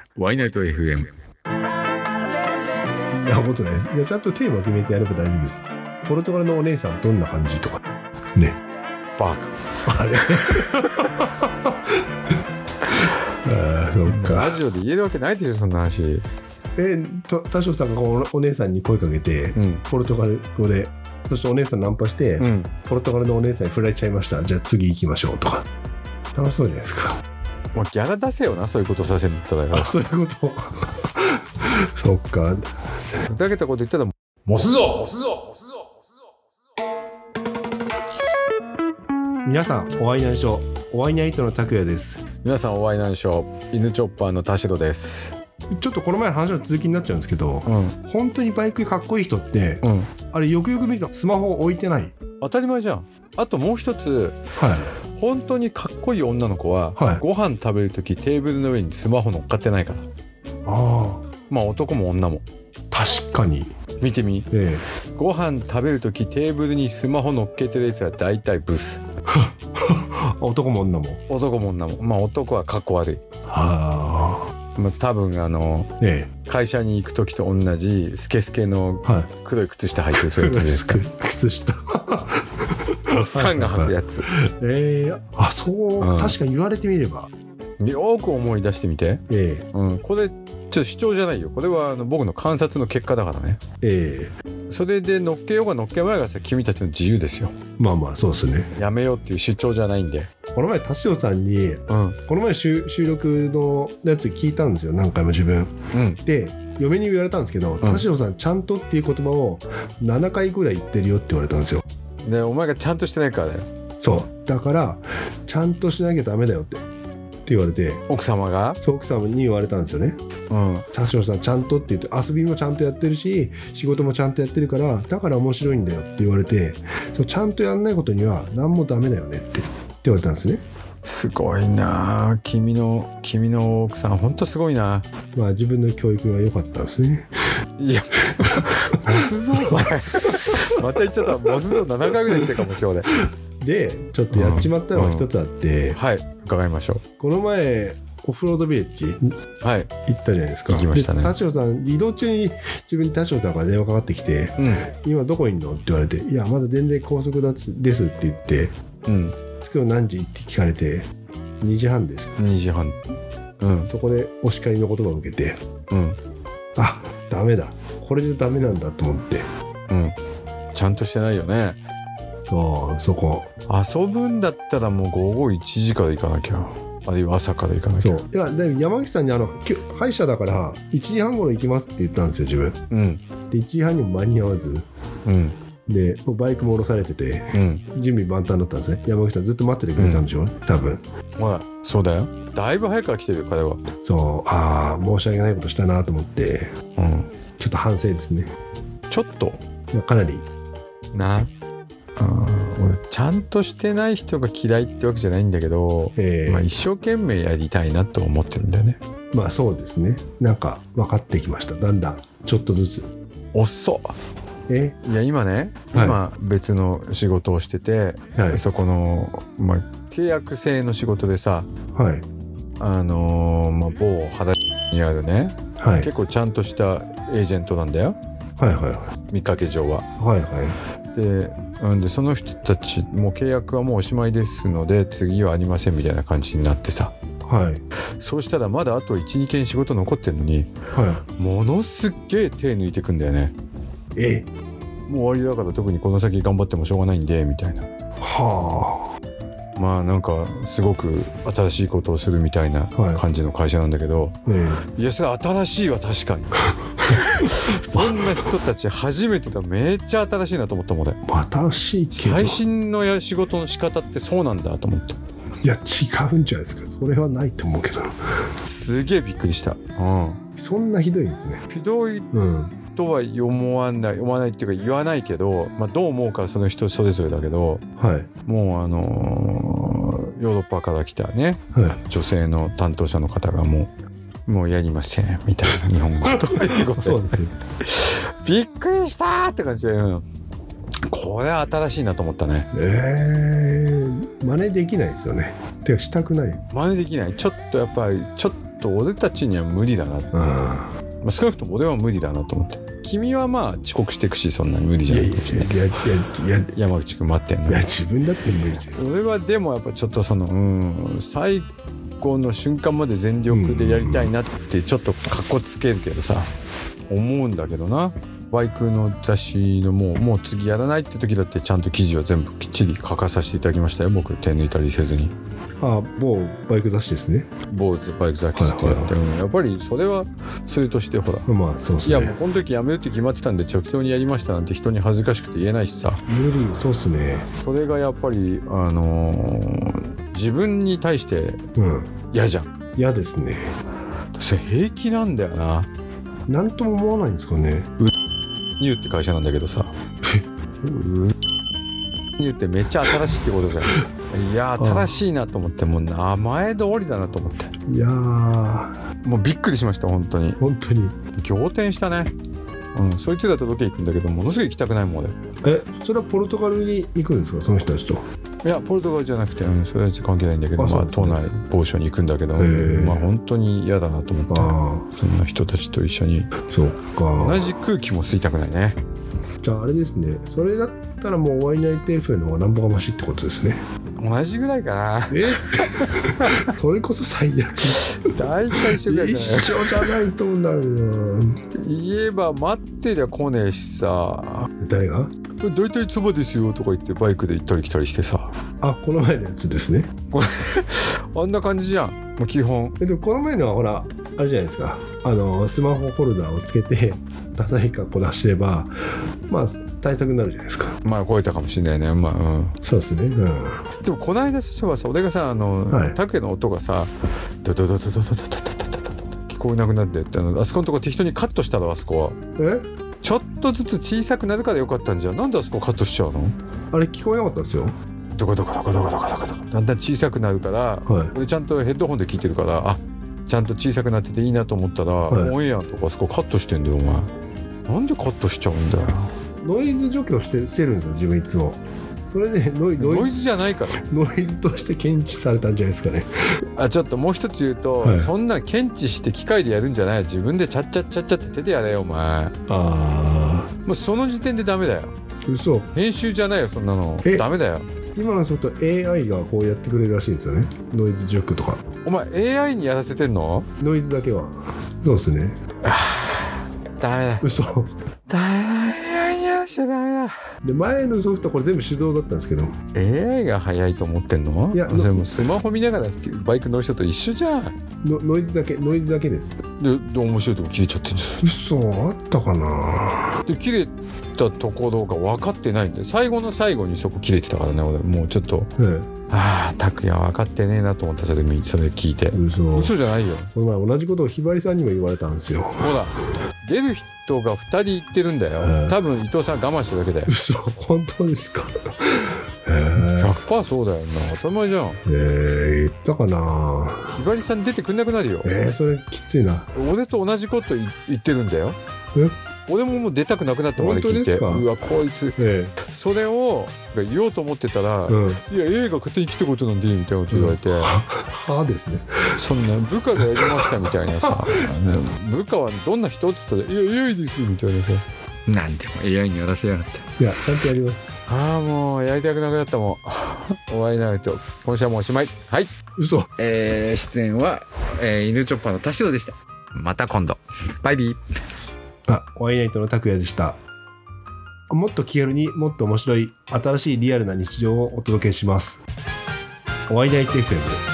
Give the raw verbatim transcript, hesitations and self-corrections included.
ワイナイト エフエム。 なるほどね。いやちゃんとテーマ決めてやれば大丈夫です。ポルトガルのお姉さんどんな感じとかね。 バカあれああ、そっか。 ラジオで言えるわけないでしょそんな話。 えと田代さんがこうお姉さんに声かけて、うん、ポルトガル語で、そしてお姉さんナンパして、うん、ポルトガルのお姉さんに振られちゃいました、じゃあ次行きましょうとか、楽しそうじゃないですか。 もうギャラ出せよな、そういうことさせんだったらよ。 あ、そういうことそっか。 ふざけたこと言ったらモスぞモスぞモスぞモスぞ。 皆さんお会いなんしょう。お会いナイトの拓也です。 皆さんお会いなんしょう。犬チョッパーの田代です。 ちょっとこの前の話の続きになっちゃうんですけど、うん、本当にバイクかっこいい人って、うん、あれよくよく見るとスマホを置いてない。 当たり前じゃん。あともう一つ、はい、本当にかっこいい女の子は、はい、ご飯食べるときテーブルの上にスマホ乗っかってないから。ああ、まあ男も女も確かに見てみ、ええ、ご飯食べるときテーブルにスマホ乗っけてるやつは大体ブス男も女も男も女も、まあ男はかっこ悪い。 はあ、 まあ、多分あの、ええ、会社に行く時と同じスケスケの黒い靴下履いてるそういうやつですか、はい、 靴下おっさんが履くやつ、はいはいはい、 えー、あ、そう、うん、確かに言われてみればよく思い出してみて、ええ、うん、これちょっと主張じゃないよ、これはあの僕の観察の結果だからね、ええ、それで乗っけようが乗っけまいがさ君たちの自由ですよ。まあまあそうですね、やめようっていう主張じゃないんで。 この前田代さんに、うん、この前収録のやつ聞いたんですよ、何回も自分、うん、で嫁に言われたんですけど、うん、田代さんちゃんとっていう言葉をななかいぐらい言ってるよって言われたんですよ。 でお前がちゃんとしてないからだよ。 そうだからちゃんとしなきゃダメだよってって言われて、 奥様がそう奥様に言われたんですよね、うん、田代さんちゃんとって言って遊びもちゃんとやってるし仕事もちゃんとやってるからだから面白いんだよって言われて、そうちゃんとやんないことには何もダメだよねってって言われたんですね。 すごいな君の君の奥さん本当すごいな。 まあ自分の教育が良かったんですね。 いやモスゾーまた言っちゃった。モスゾーななかいぐらい言ってるかも今日ででちょっとやっちまったのが一つあって、うんうん、 はい伺いましょう。この前オフロードビレッジ、はい、行ったじゃないですか。 行きましたね。 田代さん移動中に自分に田代さんから電話かかってきて、うん、今どこにいんのって言われて、いやまだ全然高速ですって言って、うん、着くの何時って聞かれてにじはんです。 にじはん、うん、 そこでお叱りの言葉を受けて、うん、あダメだこれじゃダメなんだと思って、 うん、ちゃんとしてないよね。 そうそこ遊ぶんだったらもう午後いちじから行かなきゃ、あるいは朝から行かなきゃ。 そういやで山口さんにあの歯医者だからいちじはん頃行きますって言ったんですよ自分、うん、でいちじはんにも間に合わず、うん、でバイクも降ろされてて、うん、準備万端だったんですね。山口さんずっと待っててくれたんでしょ、うん、多分。 まあそうだよ、だいぶ早くから来てるよ彼は。 そうああ申し訳ないことしたなと思って、うん、ちょっと反省ですね。 ちょっとかなりなあ、俺ちゃんとしてない人が嫌いってわけじゃないんだけど、えーまあ、一生懸命やりたいなと思ってるんだよね。 まあそうですね、なんか分かってきました、だんだんちょっとずつ。 遅っ。えいや今ね、はい、今別の仕事をしてて、はい、そこの、まあ、契約制の仕事でさ、はい、あのー、まあ某肌にあるね、はい、結構ちゃんとしたエージェントなんだよ、はいはいはい、見かけ上は。はいはい。でなんでその人たちもう契約はもうおしまいですので次はありませんみたいな感じになってさ、はい、そうしたらまだあと いちにけん仕事残ってるのに、はい、ものすっげえ手抜いてくんだよね。えもう終わりだから特にこの先頑張ってもしょうがないんでみたいな。はあ。まあなんかすごく新しいことをするみたいな感じの会社なんだけど、はい、いやそれ新しいわ確かにそんな人たち初めてだ、めっちゃ新しいなと思ったもんね。 新しいけど最新のや仕事の仕方ってそうなんだと思って。 いや違うんじゃないですか、それはないと思うけど。 すげえびっくりした、うん、 そんなひどいですね。 ひどいとは思わない思わないっていうか言わないけど、まあ、どう思うかその人それぞれだけど、はい、もうあのー、ヨーロッパから来たね、はい、女性の担当者の方がもうもうやりませんみたいな日本語と英語でそうですよびっくりしたーって感じで、うん、これは新しいなと思ったね。えー、真似できないですよね。てかしたくない。 真似できない。ちょっとやっぱりちょっと俺たちには無理だな、うんまあ、少なくとも俺は無理だなと思って。君はまあ遅刻していくしそんなに無理じゃないかもしれない。いやいやいやいや山口くん待ってんの。 いや自分だって無理じゃん。 俺はでもやっぱちょっとそのうん最後の瞬間まで全力でやりたいなってちょっとかっこつけるけどさ思うんだけどな。バイクの雑誌のもうもう次やらないって時だってちゃんと記事は全部きっちり書かさせていただきましたよ。僕手抜いたりせずに。 ああ某バイク雑誌ですね。 某バイク雑誌ってやってるのやっぱりそれはそれとしてほらまあそうですね。 いやもうこの時やめるって決まってたんで直当にやりましたなんて人に恥ずかしくて言えないしさ。 無理そうっすね。 それがやっぱりあのー、自分に対して嫌じゃん。 嫌、うん、ですね。 それ平気なんだよな。 なんとも思わないんですかね。 うニューって会社なんだけどさうニューってめっちゃ新しいってことじゃん。いや新しいなと思ってもう名前通りだなと思って。 いやもうびっくりしました本当に。 本当に仰天したね。うんそいつだとどけ行くんだけどものすごい行きたくないもん俺。 えそれはポルトガルに行くんですかその人たちと。 いやポルトガルじゃなくて、うん、それは関係ないんだけど、あまあ、島内某所に行くんだけど、まあ本当に嫌だなと思って。そんな人たちと一緒にそうか同じ空気も吸いたくないね。 じゃああれですね。それだったらもうワイナイト エフエム の方がなんぼがましってことですね。 同じぐらいかな。 えそれこそ最悪。 大体一緒ぐらいだね。 一緒じゃないと思うんだよな。 言えば待ってりゃ来ねえしさ。 誰が大体そばですよとか言ってバイクで行ったり来たりしてさ。 あこの前のやつですね。 あんな感じじゃんもう基本。 えでもこの前のはほらあれじゃないですか。あのスマホホルダーをつけてダサい格好で走ればまあ対策になるじゃないですか。 まあ超えたかもしれないね。まあ、うん、 そうですね、うん、 でもこの間そういえばさ俺がさあの、はい、タクヤの音がさドドドドドドドドドドド聞こえなくなってってあのあそこのとこ適当にカットしたらあそこはえちょっとずつ小さくなるからよかったんじゃん。なんであそこカットしちゃうの。 あれ聞こえなかったんですよ。 どこどこどこどこどこどこどこだんだん小さくなるから、はい、俺ちゃんとヘッドホンで聞いてるからあちゃんと小さくなってていいなと思ったら、はい、オンエアとかあそこカットしてんだよお前。なんでカットしちゃうんだよ。 ノイズ除去してしてるんですよ自分いつも。それでノイ、ノイズ、 ノイズじゃないからノイズとして検知されたんじゃないですかね。 あちょっともう一つ言うと、はい、そんな検知して機械でやるんじゃない。自分でチャッチャッチャッチャって手でやれよお前。あもうその時点でダメだよ。 嘘。 編集じゃないよそんなの。ダメだよ。 今のソフト エーアイ がこうやってくれるらしいんですよね。ノイズ除去とか。 お前 エーアイ にやらせてんの。 ノイズだけは。そうですね。 ダメだ。 嘘。 ダメだ。しちゃダメだ。 で前のソフトこれ全部手動だったんですけどエーアイ が早いと思ってんの。いやそれもスマホ見ながらバイク乗る人と一緒じゃん。 のノイズだけノイズだけです。 でで面白いとこ切れちゃってんです。 嘘あったかな。で切れたところが分かってないんで最後の最後にそこ切れてたからね俺もうちょっと、ええ、ああ拓也分かってねえなと思った。それそれ聞いて嘘嘘じゃないよ。 この前同じことをひばりさんにも言われたんですよ。 ほら出る人がふたり言ってるんだよ、えー、多分伊藤さん我慢してるだけだよ。 嘘本当ですか。 えー、ひゃくパーセント そうだよな当たり前じゃん。 えー、言ったかな。 ひばりさん出てくんなくなるよ。 えー、それきついな。 俺と同じこと言ってるんだよ。 え俺ももう出たくなくなったまで聞いてうわこいつ、ええ、それを言おうと思ってたら、うん、いや映画勝手に来たことなんでいいみたいなこと言われて、うん、 はあですね。 そんな部下がやりましたみたいなさ部下はどんな人って言ったらいや エーアイ ですみたいなさなんでも エーアイ にやらせやがって。 いやちゃんとやります。 ああもうやりたくなくなったもん。お会いになると今週はもうおしまい。はい嘘、 えー、出演は、えー、犬チョッパーの田代でした。また今度バイビー。 あ、ワイナイトの拓也でした。もっと気軽にもっと面白い新しいリアルな日常をお届けします。ワイナイト エフエム